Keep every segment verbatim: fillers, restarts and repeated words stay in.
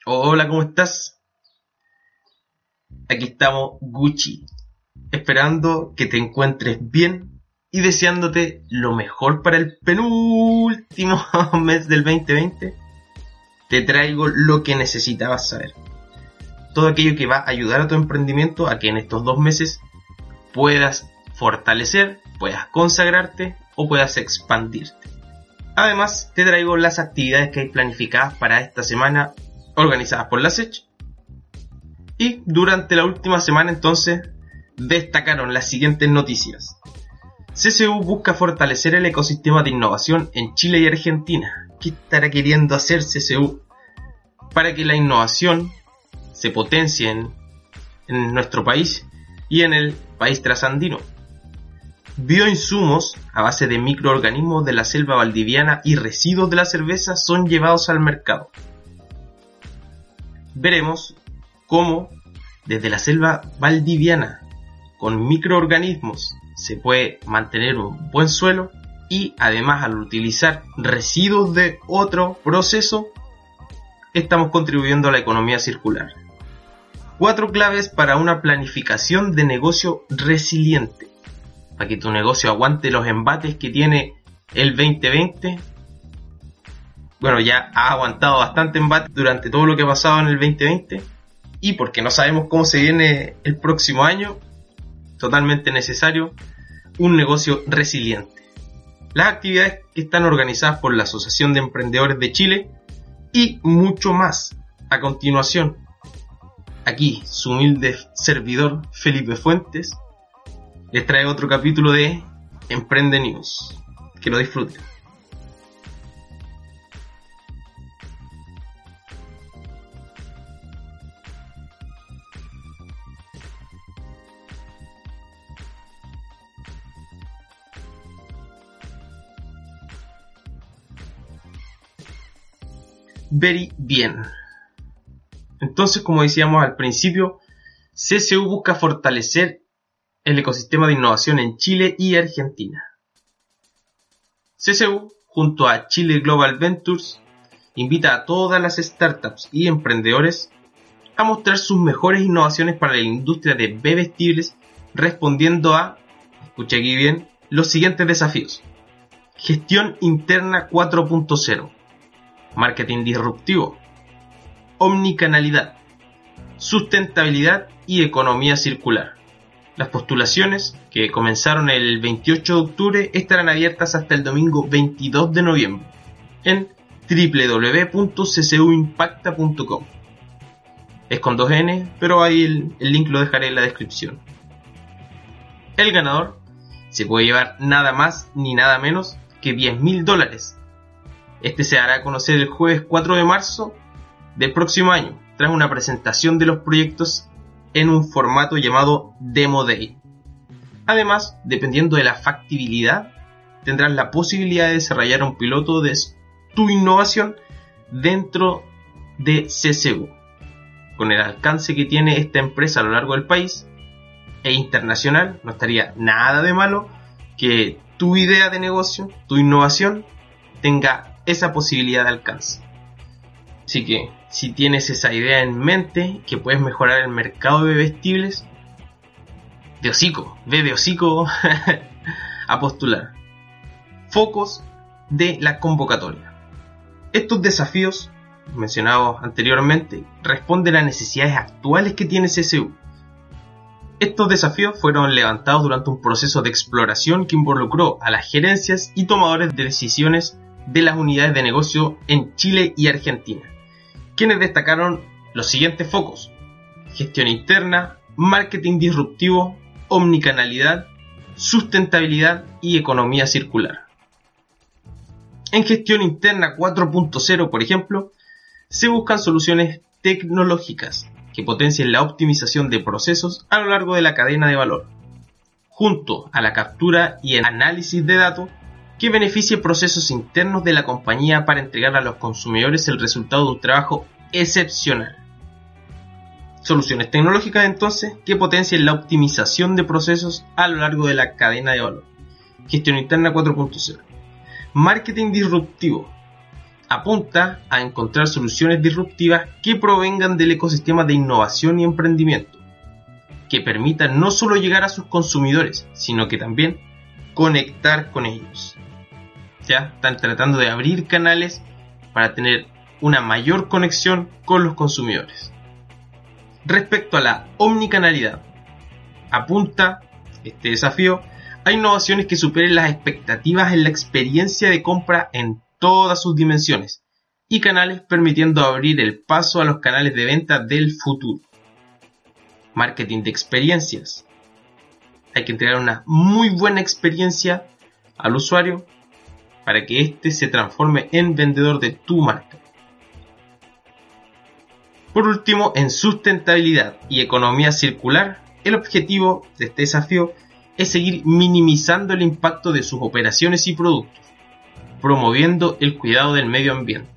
Hola, ¿cómo estás? Aquí estamos Gucci, esperando que te encuentres bien y deseándote lo mejor para el penúltimo mes del veinte veinte. Te traigo lo que necesitabas saber. Todo aquello que va a ayudar a tu emprendimiento a que en estos dos meses puedas fortalecer, puedas consagrarte o puedas expandirte. Además, te traigo las actividades que hay planificadas para esta semana, organizadas por la S E C H. Y durante la última semana entonces destacaron las siguientes noticias. C C U busca fortalecer el ecosistema de innovación en Chile y Argentina. ¿Qué estará queriendo hacer C C U para que la innovación se potencie en, en nuestro país y en el país trasandino? Bioinsumos a base de microorganismos de la selva valdiviana y residuos de la cerveza son llevados al mercado. Veremos cómo desde la selva valdiviana con microorganismos se puede mantener un buen suelo y además al utilizar residuos de otro proceso estamos contribuyendo a la economía circular. Cuatro claves para una planificación de negocio resiliente, para que tu negocio aguante los embates que tiene el veinte veinte. Bueno, ya ha aguantado bastante embate durante todo lo que ha pasado en el veinte veinte y porque no sabemos cómo se viene el próximo año, totalmente necesario un negocio resiliente. Las actividades que están organizadas por la Asociación de Emprendedores de Chile y mucho más. A continuación, aquí su humilde servidor Felipe Fuentes les trae otro capítulo de Emprende News. Que lo disfruten. Very bien. Entonces, como decíamos al principio, C C U busca fortalecer el ecosistema de innovación en Chile y Argentina. C C U, junto a Chile Global Ventures, invita a todas las startups y emprendedores a mostrar sus mejores innovaciones para la industria de bebestibles, respondiendo a, escucha aquí bien, los siguientes desafíos. Gestión interna cuatro punto cero. Marketing disruptivo, omnicanalidad, sustentabilidad y economía circular. Las postulaciones, que comenzaron el veintiocho de octubre, estarán abiertas hasta el domingo veintidós de noviembre en doble u doble u doble u punto c c u impacta punto com. Es con dos N, pero ahí el, el link lo dejaré en la descripción. El ganador se puede llevar nada más ni nada menos que diez mil dólares. Este se hará a conocer el jueves cuatro de marzo del próximo año, tras una presentación de los proyectos en un formato llamado Demo Day. Además, dependiendo de la factibilidad, tendrás la posibilidad de desarrollar un piloto de tu innovación dentro de C C U. Con el alcance que tiene esta empresa a lo largo del país e internacional, no estaría nada de malo que tu idea de negocio, tu innovación, tenga esa posibilidad de alcance. Así que, si tienes esa idea en mente, que puedes mejorar el mercado de bebestibles, de hocico, ve de hocico a postular. Focos de la convocatoria. Estos desafíos, mencionados anteriormente, responden a necesidades actuales que tiene C C U. Estos desafíos fueron levantados durante un proceso de exploración que involucró a las gerencias y tomadores de decisiones de las unidades de negocio en Chile y Argentina, quienes destacaron los siguientes focos: gestión interna, marketing disruptivo, omnicanalidad, sustentabilidad y economía circular. En gestión interna cuatro punto cero, por ejemplo, se buscan soluciones tecnológicas que potencien la optimización de procesos a lo largo de la cadena de valor, junto a la captura y el análisis de datos que beneficie procesos internos de la compañía para entregar a los consumidores el resultado de un trabajo excepcional. Soluciones tecnológicas entonces que potencien la optimización de procesos a lo largo de la cadena de valor. Gestión interna cuatro punto cero. Marketing disruptivo. Apunta a encontrar soluciones disruptivas que provengan del ecosistema de innovación y emprendimiento, que permitan no solo llegar a sus consumidores, sino que también conectar con ellos. Ya están tratando de abrir canales para tener una mayor conexión con los consumidores. Respecto a la omnicanalidad, apunta este desafío a innovaciones que superen las expectativas en la experiencia de compra en todas sus dimensiones y canales, permitiendo abrir el paso a los canales de venta del futuro. Marketing de experiencias. Hay que entregar una muy buena experiencia al usuario para que éste se transforme en vendedor de tu marca. Por último, en sustentabilidad y economía circular, el objetivo de este desafío es seguir minimizando el impacto de sus operaciones y productos, promoviendo el cuidado del medio ambiente.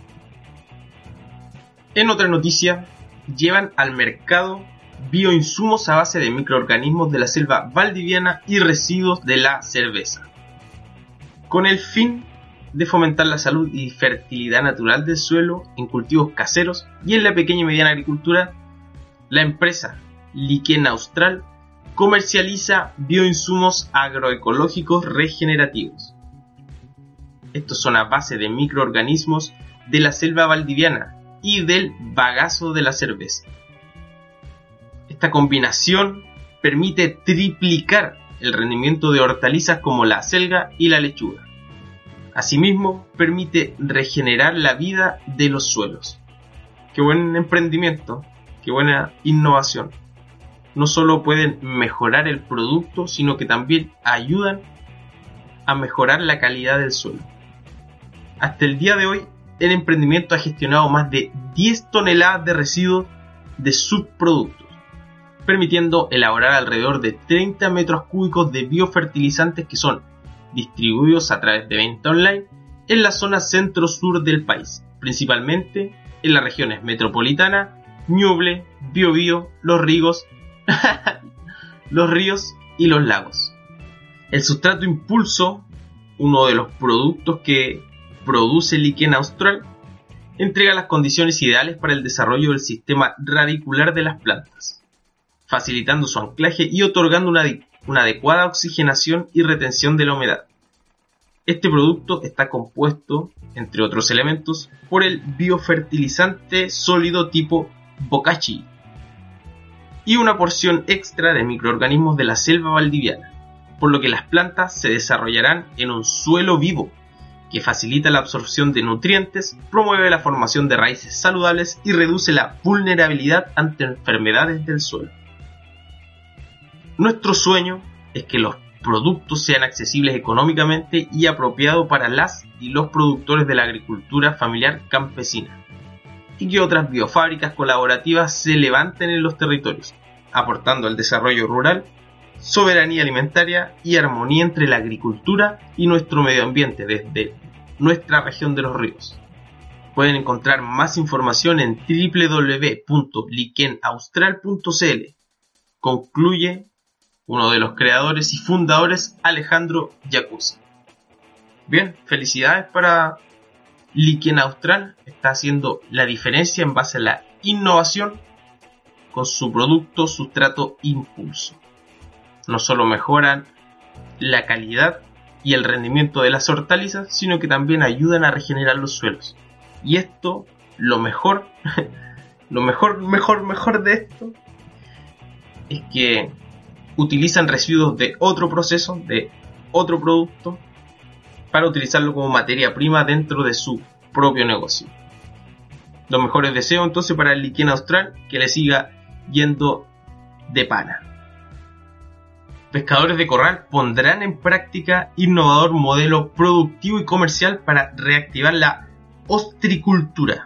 En otra noticia, llevan al mercado bioinsumos a base de microorganismos de la selva valdiviana y residuos de la cerveza, con el fin de fomentar la salud y fertilidad natural del suelo en cultivos caseros y en la pequeña y mediana agricultura. La empresa Lichen Austral comercializa bioinsumos agroecológicos regenerativos. Estos son a base de microorganismos de la selva valdiviana y del bagazo de la cerveza. Esta combinación permite triplicar el rendimiento de hortalizas como la acelga y la lechuga. Asimismo, permite regenerar la vida de los suelos. Qué buen emprendimiento, qué buena innovación. No solo pueden mejorar el producto, sino que también ayudan a mejorar la calidad del suelo. Hasta el día de hoy, el emprendimiento ha gestionado más de diez toneladas de residuos de subproductos, permitiendo elaborar alrededor de treinta metros cúbicos de biofertilizantes que son distribuidos a través de venta online en la zona centro-sur del país, principalmente en las regiones metropolitana, Ñuble, Biobío, Los Ríos, los ríos y los lagos. El sustrato Impulso, uno de los productos que produce Lichen Austral, entrega las condiciones ideales para el desarrollo del sistema radicular de las plantas, facilitando su anclaje y otorgando una, una adecuada oxigenación y retención de la humedad. Este producto está compuesto, entre otros elementos, por el biofertilizante sólido tipo Bokashi y una porción extra de microorganismos de la selva valdiviana, por lo que las plantas se desarrollarán en un suelo vivo que facilita la absorción de nutrientes, promueve la formación de raíces saludables y reduce la vulnerabilidad ante enfermedades del suelo. Nuestro sueño es que los productos sean accesibles económicamente y apropiados para las y los productores de la agricultura familiar campesina, y que otras biofábricas colaborativas se levanten en los territorios, aportando al desarrollo rural, soberanía alimentaria y armonía entre la agricultura y nuestro medio ambiente desde nuestra región de los ríos. Pueden encontrar más información en doble u doble u doble u punto lichen austral punto c l. Concluye uno de los creadores y fundadores, Alejandro Jacuzzi. Bien, felicidades para Lichen Austral. Está haciendo la diferencia en base a la innovación con su producto Sustrato Impulso. No solo mejoran la calidad y el rendimiento de las hortalizas, sino que también ayudan a regenerar los suelos. Y esto, lo mejor, lo mejor, mejor, mejor de esto, es que utilizan residuos de otro proceso, de otro producto, para utilizarlo como materia prima dentro de su propio negocio. Los mejores deseos entonces para el Lichen Austral, que le siga yendo de pana. Pescadores de Corral pondrán en práctica innovador modelo productivo y comercial para reactivar la ostricultura.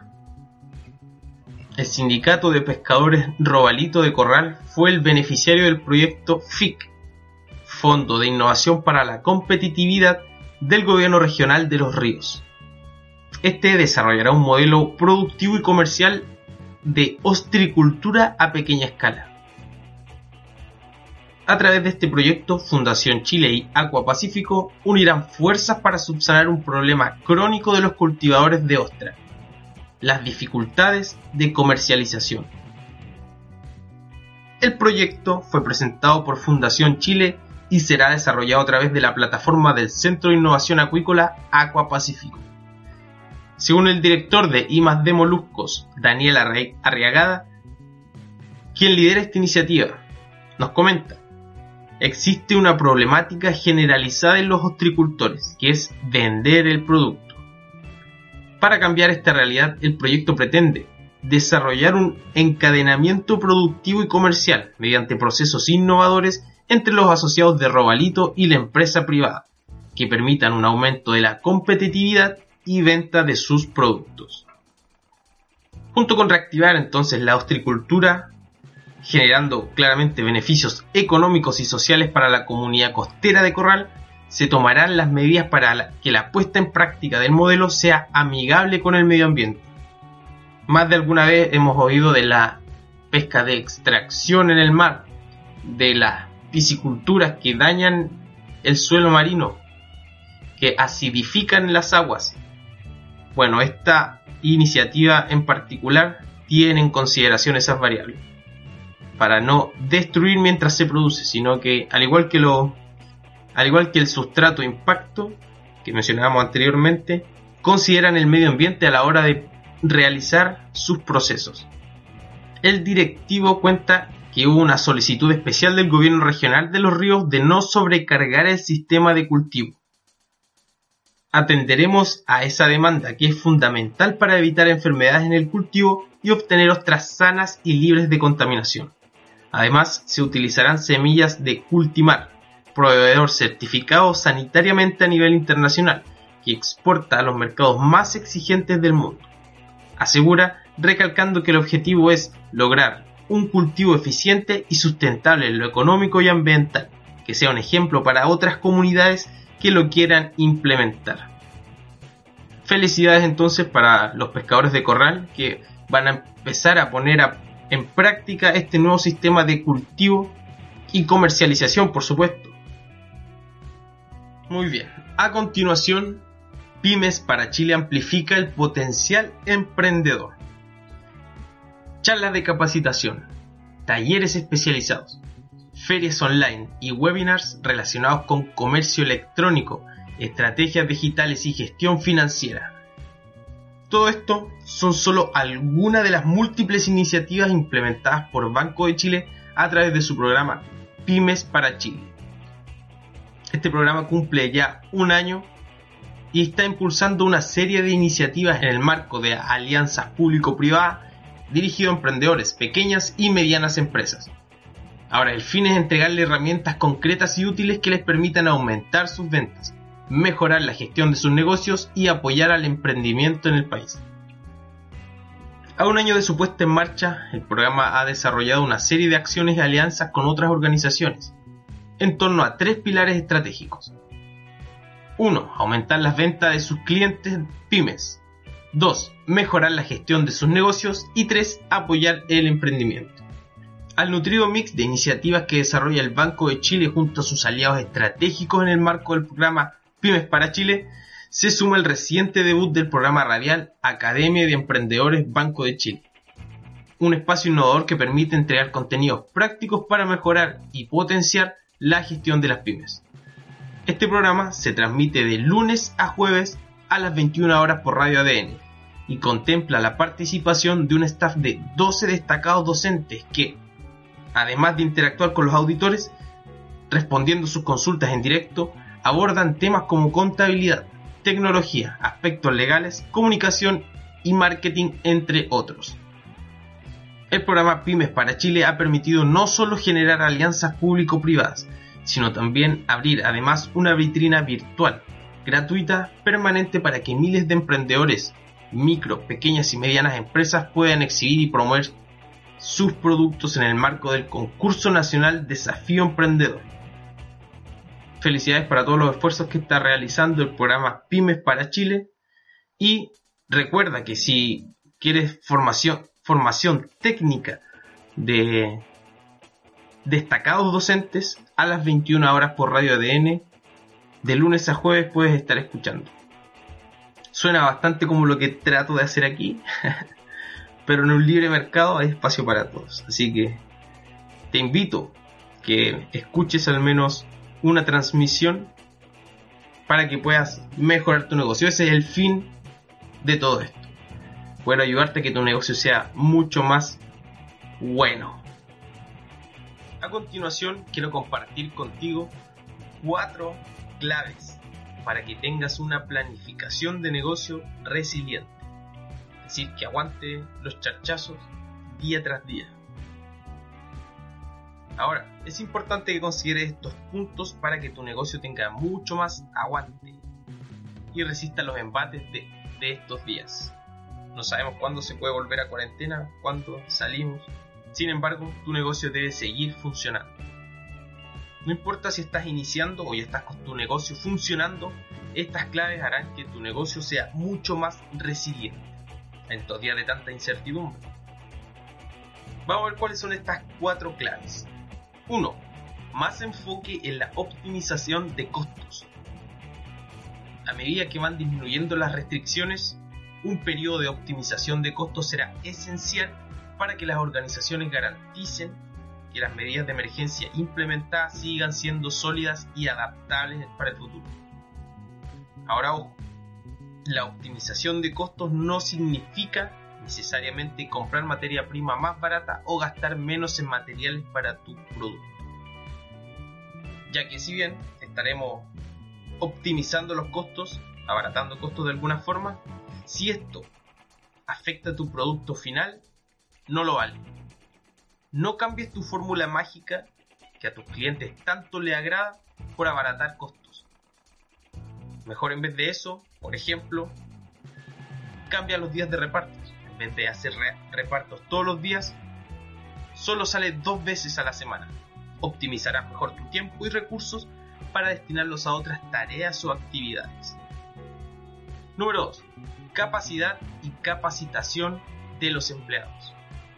El Sindicato de Pescadores Robalito de Corral fue el beneficiario del proyecto F I C, Fondo de Innovación para la Competitividad del Gobierno Regional de Los Ríos. Este desarrollará un modelo productivo y comercial de ostricultura a pequeña escala. A través de este proyecto, Fundación Chile y Aqua Pacífico unirán fuerzas para subsanar un problema crónico de los cultivadores de ostra: las dificultades de comercialización. El proyecto fue presentado por Fundación Chile y será desarrollado a través de la plataforma del Centro de Innovación Acuícola Aqua Pacífico. Según el director de I más D Moluscos, Daniel Arriagada, quien lidera esta iniciativa, nos comenta: existe una problemática generalizada en los ostricultores, que es vender el producto. Para cambiar esta realidad, el proyecto pretende desarrollar un encadenamiento productivo y comercial mediante procesos innovadores entre los asociados de Robalito y la empresa privada, que permitan un aumento de la competitividad y venta de sus productos. Junto con reactivar entonces la ostricultura, generando claramente beneficios económicos y sociales para la comunidad costera de Corral, se tomarán las medidas para la, que la puesta en práctica del modelo sea amigable con el medio ambiente. Más de alguna vez hemos oído de la pesca de extracción en el mar, de las pisciculturas que dañan el suelo marino, que acidifican las aguas. Bueno, esta iniciativa en particular tiene en consideración esas variables, para no destruir mientras se produce, sino que al igual que lo, al igual que el sustrato impacto que mencionábamos anteriormente, consideran el medio ambiente a la hora de realizar sus procesos. El directivo cuenta que hubo una solicitud especial del gobierno regional de Los Ríos de no sobrecargar el sistema de cultivo. Atenderemos a esa demanda, que es fundamental para evitar enfermedades en el cultivo y obtener ostras sanas y libres de contaminación. Además, se utilizarán semillas de Cultimar, proveedor certificado sanitariamente a nivel internacional, que exporta a los mercados más exigentes del mundo. Asegura, recalcando que el objetivo es lograr un cultivo eficiente y sustentable en lo económico y ambiental, que sea un ejemplo para otras comunidades que lo quieran implementar. Felicidades entonces para los pescadores de corral, que van a empezar a poner a, en práctica este nuevo sistema de cultivo y comercialización, por supuesto. Muy bien, a continuación, Pymes para Chile amplifica el potencial emprendedor. Charlas de capacitación, talleres especializados, ferias online y webinars relacionados con comercio electrónico, estrategias digitales y gestión financiera. Todo esto son solo algunas de las múltiples iniciativas implementadas por Banco de Chile a través de su programa Pymes para Chile. Este programa cumple ya un año y está impulsando una serie de iniciativas en el marco de alianzas público-privadas dirigido a emprendedores, pequeñas y medianas empresas. Ahora, el fin es entregarle herramientas concretas y útiles que les permitan aumentar sus ventas, mejorar la gestión de sus negocios y apoyar al emprendimiento en el país. A un año de su puesta en marcha, el programa ha desarrollado una serie de acciones y alianzas con otras organizaciones, en torno a tres pilares estratégicos. uno. Aumentar las ventas de sus clientes pymes. dos. Mejorar la gestión de sus negocios. Y tres. Apoyar el emprendimiento. Al nutrido mix de iniciativas que desarrolla el Banco de Chile junto a sus aliados estratégicos en el marco del programa Pymes para Chile, se suma el reciente debut del programa radial Academia de Emprendedores Banco de Chile, un espacio innovador que permite entregar contenidos prácticos para mejorar y potenciar la gestión de las pymes. Este programa se transmite de lunes a jueves a las veintiuna horas por Radio A D N y contempla la participación de un staff de doce destacados docentes que, además de interactuar con los auditores, respondiendo sus consultas en directo, abordan temas como contabilidad, tecnología, aspectos legales, comunicación y marketing, entre otros. El programa Pymes para Chile ha permitido no solo generar alianzas público-privadas, sino también abrir además una vitrina virtual, gratuita, permanente para que miles de emprendedores, micro, pequeñas y medianas empresas puedan exhibir y promover sus productos en el marco del concurso nacional Desafío Emprendedor. Felicidades para todos los esfuerzos que está realizando el programa Pymes para Chile, y recuerda que si quieres formación, formación técnica de destacados docentes a las veintiuna horas por Radio A D N. De lunes a jueves puedes estar escuchando. Suena bastante como lo que trato de hacer aquí, pero en un libre mercado hay espacio para todos. Así que te invito que escuches al menos una transmisión para que puedas mejorar tu negocio. Ese es el fin de todo esto. Poder ayudarte a que tu negocio sea mucho más bueno. A continuación quiero compartir contigo cuatro claves para que tengas una planificación de negocio resiliente. Es decir, que aguante los charchazos día tras día. Ahora, es importante que consideres estos puntos para que tu negocio tenga mucho más aguante y resista los embates de, de estos días. No sabemos cuándo se puede volver a cuarentena, cuándo salimos. Sin embargo, tu negocio debe seguir funcionando. No importa si estás iniciando o ya estás con tu negocio funcionando, estas claves harán que tu negocio sea mucho más resiliente en estos días de tanta incertidumbre. Vamos a ver cuáles son estas cuatro claves. uno. Más enfoque en la optimización de costos. A medida que van disminuyendo las restricciones, un periodo de optimización de costos será esencial para que las organizaciones garanticen que las medidas de emergencia implementadas sigan siendo sólidas y adaptables para el futuro. Ahora, ojo, la optimización de costos no significa necesariamente comprar materia prima más barata o gastar menos en materiales para tu producto. Ya que si bien estaremos optimizando los costos, abaratando costos de alguna forma, si esto afecta a tu producto final, no lo vale. No cambies tu fórmula mágica que a tus clientes tanto le agrada por abaratar costos. Mejor en vez de eso, por ejemplo, cambia los días de repartos. En vez de hacer re- repartos todos los días, solo sale dos veces a la semana. Optimizarás mejor tu tiempo y recursos para destinarlos a otras tareas o actividades. Número dos. Capacidad y capacitación de los empleados.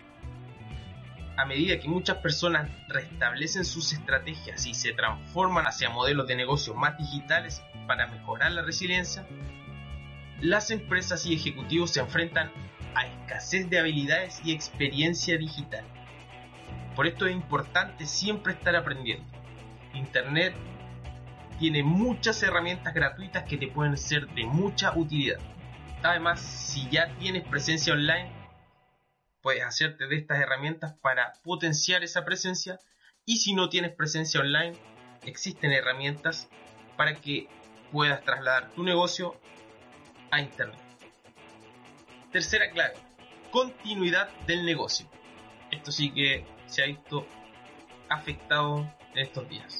A medida que muchas personas restablecen sus estrategias y se transforman hacia modelos de negocio más digitales para mejorar la resiliencia, las empresas y ejecutivos se enfrentan a escasez de habilidades y experiencia digital. Por esto es importante siempre estar aprendiendo. Internet tiene muchas herramientas gratuitas que te pueden ser de mucha utilidad. Además, si ya tienes presencia online, puedes hacerte de estas herramientas para potenciar esa presencia, y si no tienes presencia online, existen herramientas para que puedas trasladar tu negocio a Internet. Tercera clave, continuidad del negocio. Esto sí que se ha visto afectado en estos días.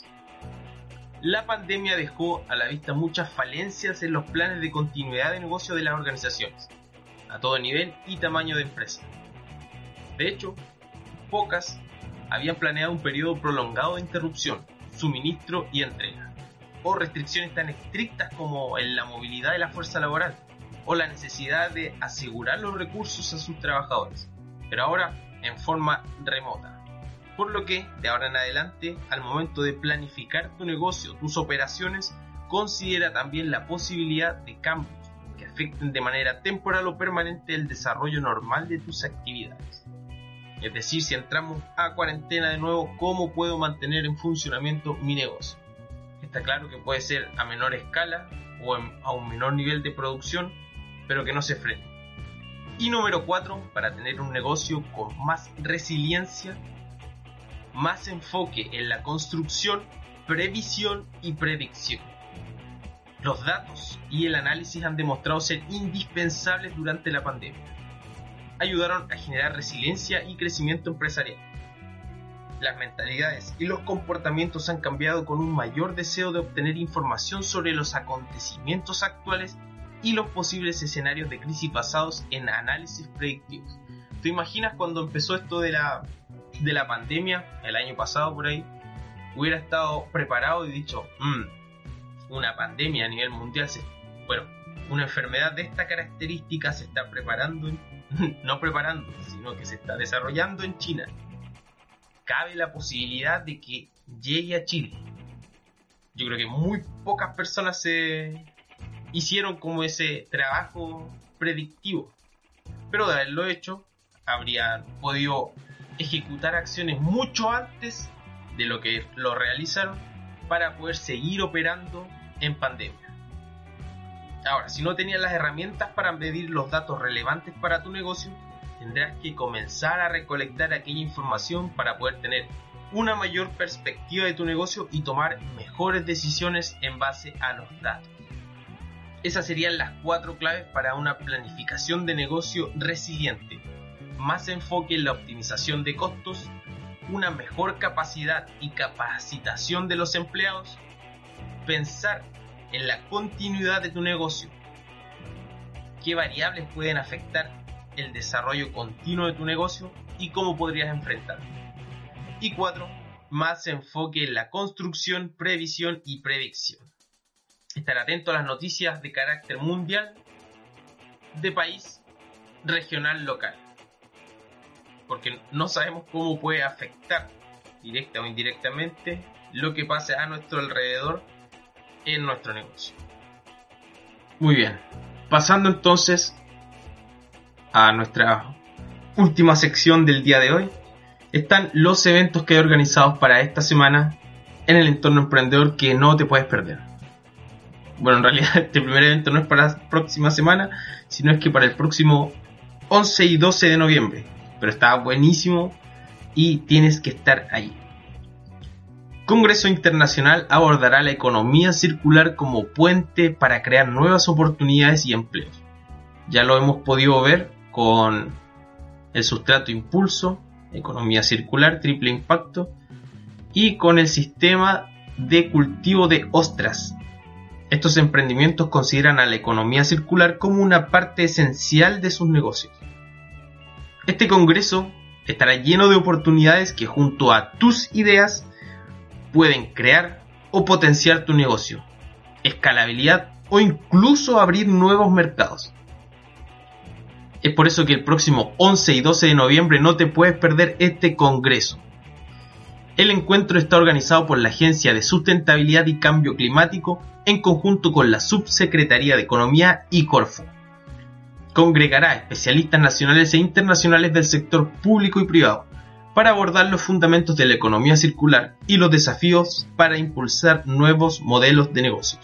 La pandemia dejó a la vista muchas falencias en los planes de continuidad de negocio de las organizaciones, a todo nivel y tamaño de empresa. De hecho, pocas habían planeado un periodo prolongado de interrupción, suministro y entrega, o restricciones tan estrictas como en la movilidad de la fuerza laboral, o la necesidad de asegurar los recursos a sus trabajadores, pero ahora en forma remota. Por lo que, de ahora en adelante, al momento de planificar tu negocio, tus operaciones, considera también la posibilidad de cambios que afecten de manera temporal o permanente el desarrollo normal de tus actividades. Es decir, si entramos a cuarentena de nuevo, ¿cómo puedo mantener en funcionamiento mi negocio? Está claro que puede ser a menor escala o en, a un menor nivel de producción, pero que no se frene. Y número cuatro, para tener un negocio con más resiliencia, más enfoque en la construcción, previsión y predicción. Los datos y el análisis han demostrado ser indispensables durante la pandemia. Ayudaron a generar resiliencia y crecimiento empresarial. Las mentalidades y los comportamientos han cambiado con un mayor deseo de obtener información sobre los acontecimientos actuales y los posibles escenarios de crisis basados en análisis predictivos. ¿Te imaginas cuando empezó esto de la, de la pandemia, el año pasado por ahí? Hubiera estado preparado y dicho, mmm, una pandemia a nivel mundial, se, bueno, una enfermedad de esta característica se está preparando, en, no preparando, sino que se está desarrollando en China. cabe la posibilidad de que llegue a Chile. Yo creo que muy pocas personas se hicieron como ese trabajo predictivo, pero de haberlo hecho habrían podido ejecutar acciones mucho antes de lo que lo realizaron para poder seguir operando en pandemia. Ahora, si no tenías las herramientas para medir los datos relevantes para tu negocio, tendrás que comenzar a recolectar aquella información para poder tener una mayor perspectiva de tu negocio y tomar mejores decisiones en base a los datos. Esas serían las cuatro claves para una planificación de negocio resiliente. Más enfoque en la optimización de costos, una mejor capacidad y capacitación de los empleados, pensar en la continuidad de tu negocio, qué variables pueden afectar el desarrollo continuo de tu negocio y cómo podrías enfrentarlo. Y cuatro, más enfoque en la construcción, previsión y predicción. Estar atento a las noticias de carácter mundial, de país, regional, local. Porque no sabemos cómo puede afectar, directa o indirectamente, lo que pase a nuestro alrededor en nuestro negocio. Muy bien, pasando entonces a nuestra última sección del día de hoy, están los eventos que he organizado para esta semana en el entorno emprendedor que no te puedes perder. Bueno, en realidad este primer evento no es para la próxima semana, sino es que para el próximo once y doce de noviembre, pero está buenísimo y tienes que estar ahí. Congreso Internacional abordará la economía circular como puente para crear nuevas oportunidades y empleos. Ya lo hemos podido ver con el sustrato impulso, economía circular, triple impacto, y con el sistema de cultivo de ostras. Estos emprendimientos consideran a la economía circular como una parte esencial de sus negocios. Este congreso estará lleno de oportunidades que junto a tus ideas pueden crear o potenciar tu negocio, escalabilidad o incluso abrir nuevos mercados. Es por eso que el próximo once y doce de noviembre no te puedes perder este congreso. El encuentro está organizado por la Agencia de Sustentabilidad y Cambio Climático en conjunto con la Subsecretaría de Economía y Corfo. Congregará especialistas nacionales e internacionales del sector público y privado para abordar los fundamentos de la economía circular y los desafíos para impulsar nuevos modelos de negocios.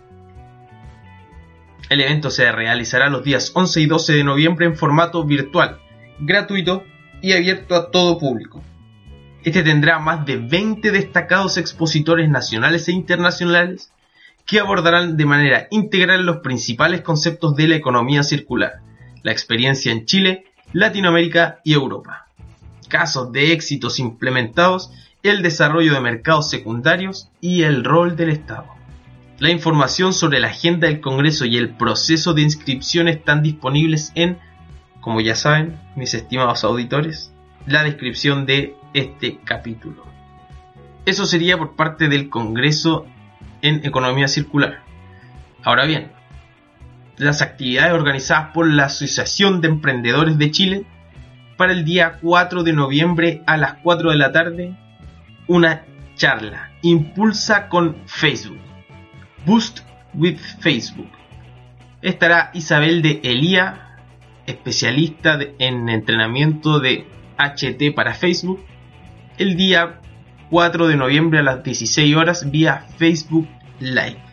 El evento se realizará los días once y doce de noviembre en formato virtual, gratuito y abierto a todo público. Este tendrá más de veinte destacados expositores nacionales e internacionales que abordarán de manera integral los principales conceptos de la economía circular, la experiencia en Chile, Latinoamérica y Europa, casos de éxitos implementados, el desarrollo de mercados secundarios y el rol del Estado. La información sobre la agenda del Congreso y el proceso de inscripción están disponibles en, como ya saben, mis estimados auditores, la descripción de este capítulo. Eso sería por parte del Congreso en Economía Circular. Ahora bien, las actividades organizadas por la Asociación de Emprendedores de Chile para el día cuatro de noviembre a las cuatro de la tarde, una charla, Impulsa con Facebook, Boost with Facebook. Estará Isabel de Elía, especialista en entrenamiento de H T para Facebook, el día cuatro de noviembre a las dieciséis horas vía Facebook Live.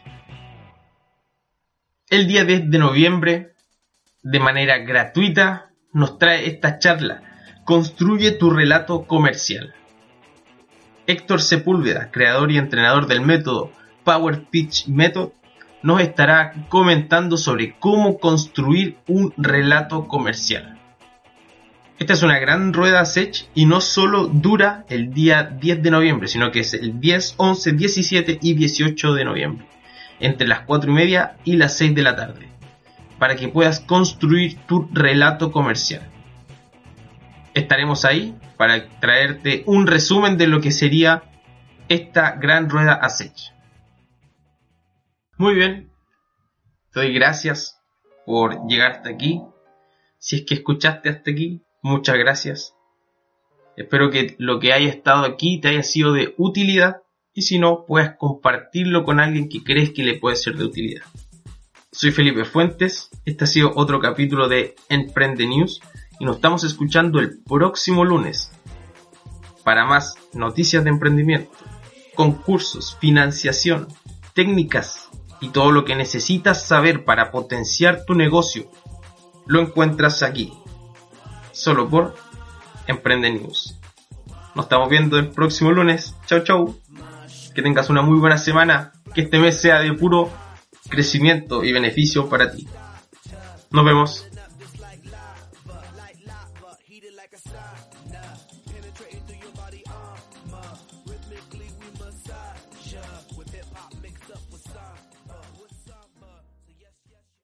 El día diez de noviembre, de manera gratuita, nos trae esta charla, Construye tu relato comercial. Héctor Sepúlveda, creador y entrenador del método Power Pitch Method, nos estará comentando sobre cómo construir un relato comercial. Esta es una gran rueda S E C y no solo dura el día diez de noviembre, sino que es el diez, once, diecisiete y dieciocho de noviembre, entre las cuatro y media y las seis de la tarde, para que puedas construir tu relato comercial. Estaremos ahí para traerte un resumen de lo que sería esta gran rueda S E C. Muy bien, te doy gracias por llegar hasta aquí. Si es que escuchaste hasta aquí, muchas gracias. Espero que lo que haya estado aquí te haya sido de utilidad y si no, puedas compartirlo con alguien que crees que le puede ser de utilidad. Soy Felipe Fuentes, este ha sido otro capítulo de Emprende News y nos estamos escuchando el próximo lunes para más noticias de emprendimiento, concursos, financiación, técnicas y todo lo que necesitas saber para potenciar tu negocio. Lo encuentras aquí, solo por Emprende News. Nos estamos viendo el próximo lunes. Chau, chau. Que tengas una muy buena semana. Que este mes sea de puro crecimiento y beneficio para ti. Nos vemos. Rhythmically we massage, yeah, with hip hop mixed up with style.